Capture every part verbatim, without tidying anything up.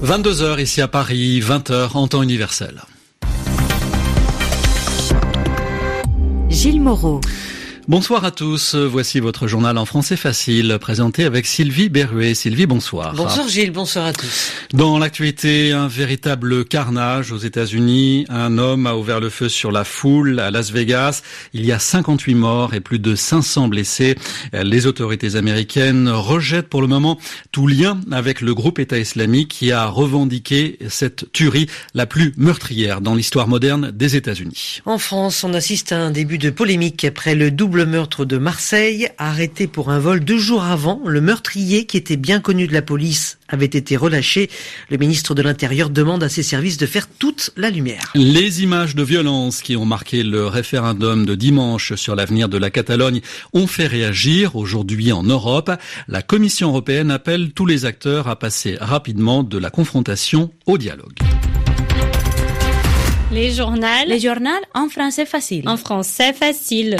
vingt-deux heures ici à Paris, vingt heures en temps universel. Gilles Moreau. Bonsoir à tous, voici votre journal en français facile, présenté avec Sylvie Berruet. Sylvie, bonsoir. Bonsoir Gilles, bonsoir à tous. Dans l'actualité, un véritable carnage aux États-Unis. Un homme a ouvert le feu sur la foule à Las Vegas. Il y a cinquante-huit morts et plus de cinq cents blessés. Les autorités américaines rejettent pour le moment tout lien avec le groupe État islamique qui a revendiqué cette tuerie la plus meurtrière dans l'histoire moderne des États-Unis. En France, on assiste à un début de polémique après le double Le meurtre de Marseille, arrêté pour un vol deux jours avant. Le meurtrier, qui était bien connu de la police, avait été relâché. Le ministre de l'Intérieur demande à ses services de faire toute la lumière. Les images de violence qui ont marqué le référendum de dimanche sur l'avenir de la Catalogne ont fait réagir aujourd'hui en Europe. La Commission européenne appelle tous les acteurs à passer rapidement de la confrontation au dialogue. Les journaux. Les journaux en français facile. En français facile.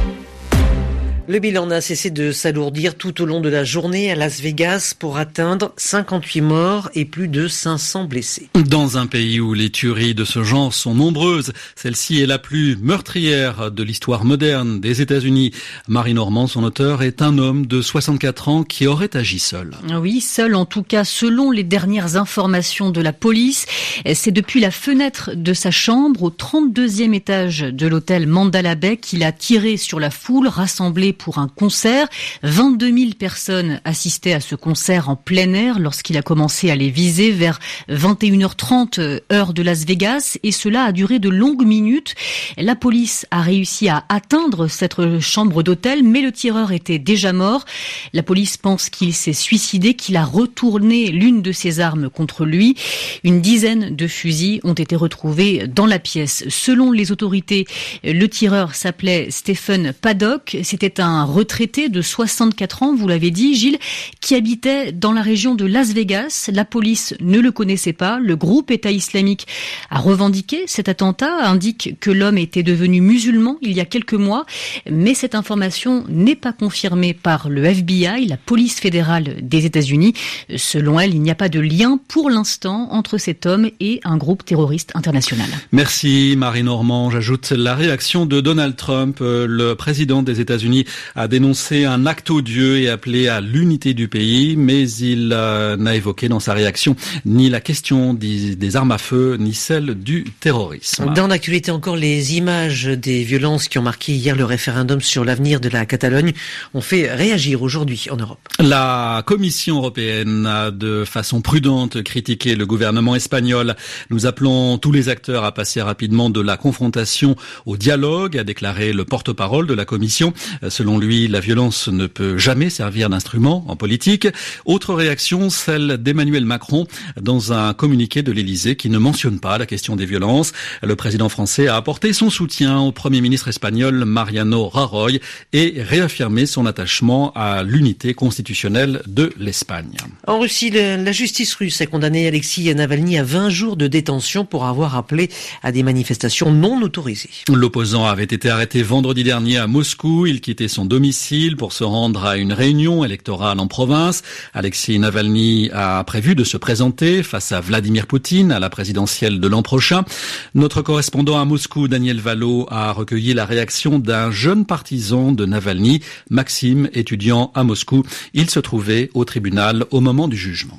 Le bilan n'a cessé de s'alourdir tout au long de la journée à Las Vegas pour atteindre cinquante-huit morts et plus de cinq cents blessés. Dans un pays où les tueries de ce genre sont nombreuses, celle-ci est la plus meurtrière de l'histoire moderne des États-Unis. Marie Normand, son auteur, est un homme de soixante-quatre ans qui aurait agi seul. Oui, seul en tout cas selon les dernières informations de la police. C'est depuis la fenêtre de sa chambre au trente-deuxième étage de l'hôtel Mandala Bay qu'il a tiré sur la foule rassemblée pour un concert. vingt-deux mille personnes assistaient à ce concert en plein air lorsqu'il a commencé à les viser vers vingt et une heures trente heure de Las Vegas, et cela a duré de longues minutes. La police a réussi à atteindre cette chambre d'hôtel, mais le tireur était déjà mort. La police pense qu'il s'est suicidé, qu'il a retourné l'une de ses armes contre lui. Une dizaine de fusils ont été retrouvés dans la pièce. Selon les autorités, le tireur s'appelait Stephen Paddock. C'était un un retraité de soixante-quatre ans, vous l'avez dit Gilles, qui habitait dans la région de Las Vegas. La police ne le connaissait pas. Le groupe État islamique a revendiqué cet attentat, indique que l'homme était devenu musulman il y a quelques mois, mais cette information n'est pas confirmée par le F B I, la police fédérale des États-Unis. Selon elle, il n'y a pas de lien pour l'instant entre cet homme et un groupe terroriste international. Merci Marie Normand. J'ajoute la réaction de Donald Trump, le président des États-Unis, a dénoncé un acte odieux et appelé à l'unité du pays, mais il euh, n'a évoqué dans sa réaction ni la question des, des armes à feu, ni celle du terrorisme. Dans l'actualité encore, les images des violences qui ont marqué hier le référendum sur l'avenir de la Catalogne ont fait réagir aujourd'hui en Europe. La Commission européenne a de façon prudente critiqué le gouvernement espagnol. Nous appelons tous les acteurs à passer rapidement de la confrontation au dialogue, a déclaré le porte-parole de la Commission. Selon lui, la violence ne peut jamais servir d'instrument en politique. Autre réaction, celle d'Emmanuel Macron dans un communiqué de l'Élysée qui ne mentionne pas la question des violences. Le président français a apporté son soutien au Premier ministre espagnol Mariano Rajoy et réaffirmé son attachement à l'unité constitutionnelle de l'Espagne. En Russie, la justice russe a condamné Alexis Navalny à vingt jours de détention pour avoir appelé à des manifestations non autorisées. L'opposant avait été arrêté vendredi dernier à Moscou. Il quittait son domicile pour se rendre à une réunion électorale en province. Alexis Navalny a prévu de se présenter face à Vladimir Poutine à la présidentielle de l'an prochain. Notre correspondant à Moscou, Daniel Valo, a recueilli la réaction d'un jeune partisan de Navalny, Maxime, étudiant à Moscou. Il se trouvait au tribunal au moment du jugement.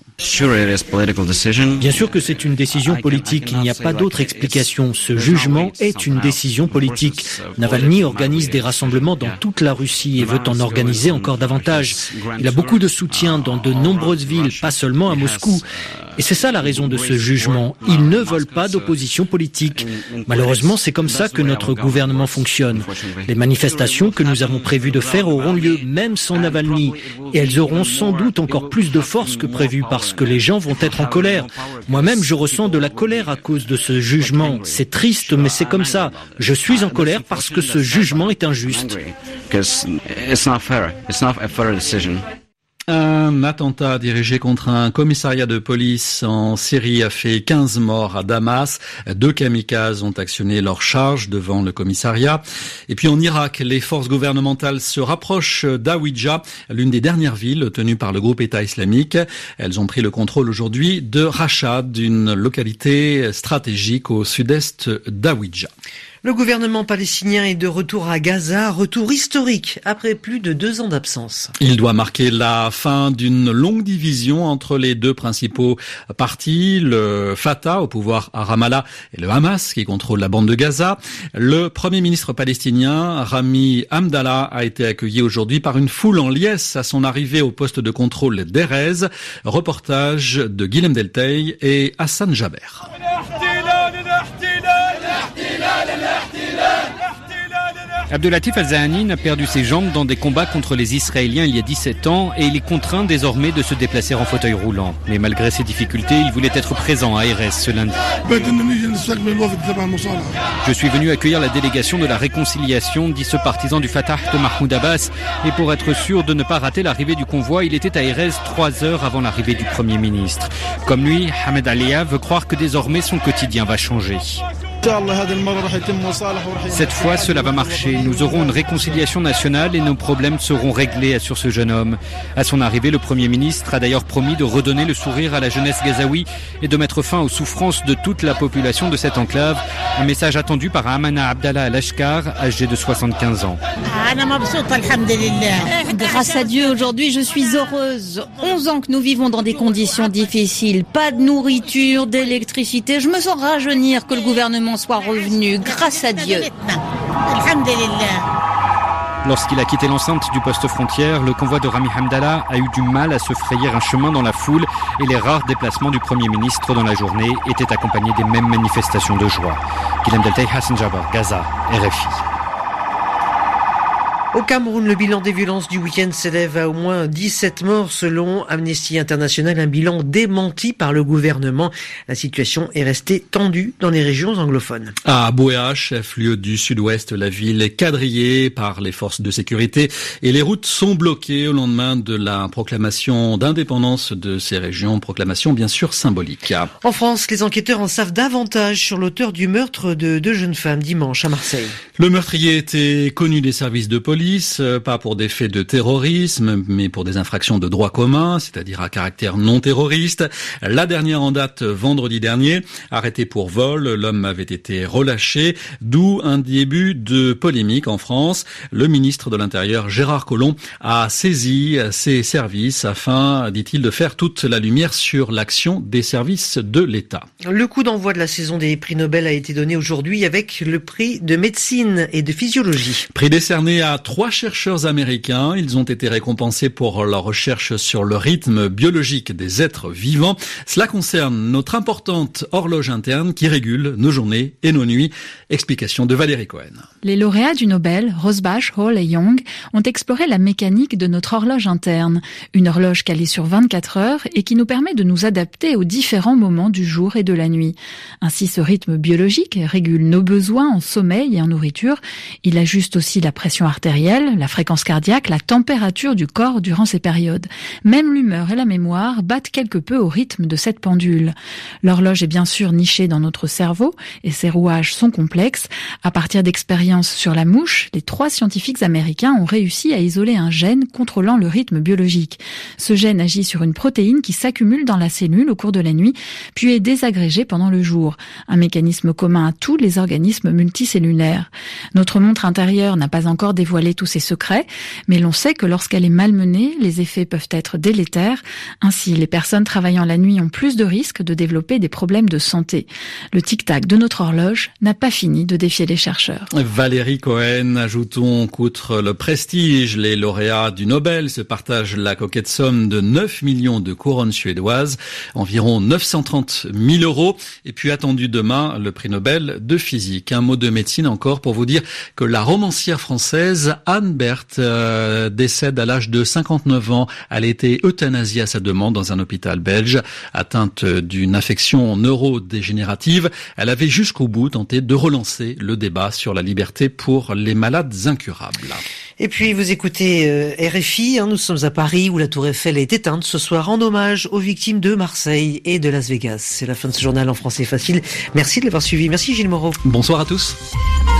Bien sûr que c'est une décision politique, il n'y a pas d'autre explication. Ce jugement est une décision politique. Navalny organise des rassemblements dans toute la Russie et veut en organiser encore davantage. Il a beaucoup de soutien dans de nombreuses villes, pas seulement à Moscou. Et c'est ça la raison de ce jugement. Ils ne veulent pas d'opposition politique. Malheureusement, c'est comme ça que notre gouvernement fonctionne. Les manifestations que nous avons prévu de faire auront lieu même sans Navalny. Et elles auront sans doute encore plus de force que prévu parce que les gens vont être en colère. Moi-même, je ressens de la colère à cause de ce jugement. C'est triste, mais c'est comme ça. Je suis en colère parce que ce jugement est injuste. Un attentat dirigé contre un commissariat de police en Syrie a fait quinze morts à Damas. Deux kamikazes ont actionné leur charge devant le commissariat. Et puis en Irak, les forces gouvernementales se rapprochent d'Awidja, l'une des dernières villes tenues par le groupe État islamique. Elles ont pris le contrôle aujourd'hui de Rachad, une localité stratégique au sud-est d'Awidja. Le gouvernement palestinien est de retour à Gaza, retour historique après plus de deux ans d'absence. Il doit marquer la fin d'une longue division entre les deux principaux partis, le Fatah au pouvoir à Ramallah et le Hamas qui contrôle la bande de Gaza. Le premier ministre palestinien, Rami Hamdallah, a été accueilli aujourd'hui par une foule en liesse à son arrivée au poste de contrôle d'Erez. Reportage de Guilhem Delteil et Hassan Jaber. Abdelatif Al-Zahani a perdu ses jambes dans des combats contre les Israéliens il y a dix-sept ans et il est contraint désormais de se déplacer en fauteuil roulant. Mais malgré ces difficultés, il voulait être présent à Erez ce lundi. Je suis venu accueillir la délégation de la réconciliation, dit ce partisan du Fatah de Mahmoud Abbas. Et pour être sûr de ne pas rater l'arrivée du convoi, il était à Erez trois heures avant l'arrivée du Premier ministre. Comme lui, Hamed Alia veut croire que désormais son quotidien va changer. Cette fois, cela va marcher. Nous aurons une réconciliation nationale et nos problèmes seront réglés, assure ce jeune homme. À son arrivée, le Premier ministre a d'ailleurs promis de redonner le sourire à la jeunesse gazaoui et de mettre fin aux souffrances de toute la population de cette enclave. Un message attendu par Amana Abdallah Al-Ashkar, âgé de soixante-quinze ans. Grâce à Dieu, aujourd'hui, je suis heureuse. onze ans que nous vivons dans des conditions difficiles. Pas de nourriture, d'électricité. Je me sens rajeunir que le gouvernement soit revenu, grâce à Dieu. Lorsqu'il a quitté l'enceinte du poste frontière, le convoi de Rami Hamdallah a eu du mal à se frayer un chemin dans la foule et les rares déplacements du Premier ministre dans la journée étaient accompagnés des mêmes manifestations de joie. Guilhem Delteil, Hassan Jaber, Gaza, R F I. Au Cameroun, le bilan des violences du week-end s'élève à au moins dix-sept morts selon Amnesty International, un bilan démenti par le gouvernement. La situation est restée tendue dans les régions anglophones. À Buea, chef-lieu du sud-ouest, la ville est quadrillée par les forces de sécurité et les routes sont bloquées au lendemain de la proclamation d'indépendance de ces régions, proclamation bien sûr symbolique. En France, les enquêteurs en savent davantage sur l'auteur du meurtre de deux jeunes femmes dimanche à Marseille. Le meurtrier était connu des services de police. Pas pour des faits de terrorisme, mais pour des infractions de droit commun, c'est-à-dire à caractère non terroriste. La dernière en date, vendredi dernier, arrêté pour vol, l'homme avait été relâché, d'où un début de polémique en France. Le ministre de l'Intérieur, Gérard Collomb, a saisi ses services afin, dit-il, de faire toute la lumière sur l'action des services de l'État. Le coup d'envoi de la saison des prix Nobel a été donné aujourd'hui avec le prix de médecine et de physiologie. Prix décerné à trois chercheurs américains. Ils ont été récompensés pour leur recherche sur le rythme biologique des êtres vivants. Cela concerne notre importante horloge interne qui régule nos journées et nos nuits. Explication de Valérie Cohen. Les lauréats du Nobel, Rosbach, Hall et Young, ont exploré la mécanique de notre horloge interne. Une horloge calée sur vingt-quatre heures et qui nous permet de nous adapter aux différents moments du jour et de la nuit. Ainsi, ce rythme biologique régule nos besoins en sommeil et en nourriture. Il ajuste aussi la pression artérielle, la fréquence cardiaque, la température du corps durant ces périodes. Même l'humeur et la mémoire battent quelque peu au rythme de cette pendule. L'horloge est bien sûr nichée dans notre cerveau et ses rouages sont complexes. À partir d'expériences sur la mouche, les trois scientifiques américains ont réussi à isoler un gène contrôlant le rythme biologique. Ce gène agit sur une protéine qui s'accumule dans la cellule au cours de la nuit, puis est désagrégée pendant le jour. Un mécanisme commun à tous les organismes multicellulaires. Notre montre intérieure n'a pas encore dévoilé tous ses secrets, mais l'on sait que lorsqu'elle est malmenée, les effets peuvent être délétères. Ainsi, les personnes travaillant la nuit ont plus de risques de développer des problèmes de santé. Le tic-tac de notre horloge n'a pas fini de défier les chercheurs. Valérie Cohen, ajoutons qu'outre le prestige, les lauréats du Nobel se partagent la coquette somme de neuf millions de couronnes suédoises, environ neuf cent trente mille euros. Et puis attendu demain, le prix Nobel de physique. Un mot de médecine encore pour vous dire que la romancière française Anne Berthe euh, décède à l'âge de cinquante-neuf ans. Elle a été euthanasiée à sa demande dans un hôpital belge. Atteinte d'une affection neurodégénérative, elle avait jusqu'au bout tenté de relancer le débat sur la liberté pour les malades incurables. Et puis vous écoutez euh, R F I, hein, nous sommes à Paris où la tour Eiffel est éteinte ce soir en hommage aux victimes de Marseille et de Las Vegas. C'est la fin de ce journal en français facile. Merci de l'avoir suivi. Merci Gilles Moreau. Bonsoir à tous.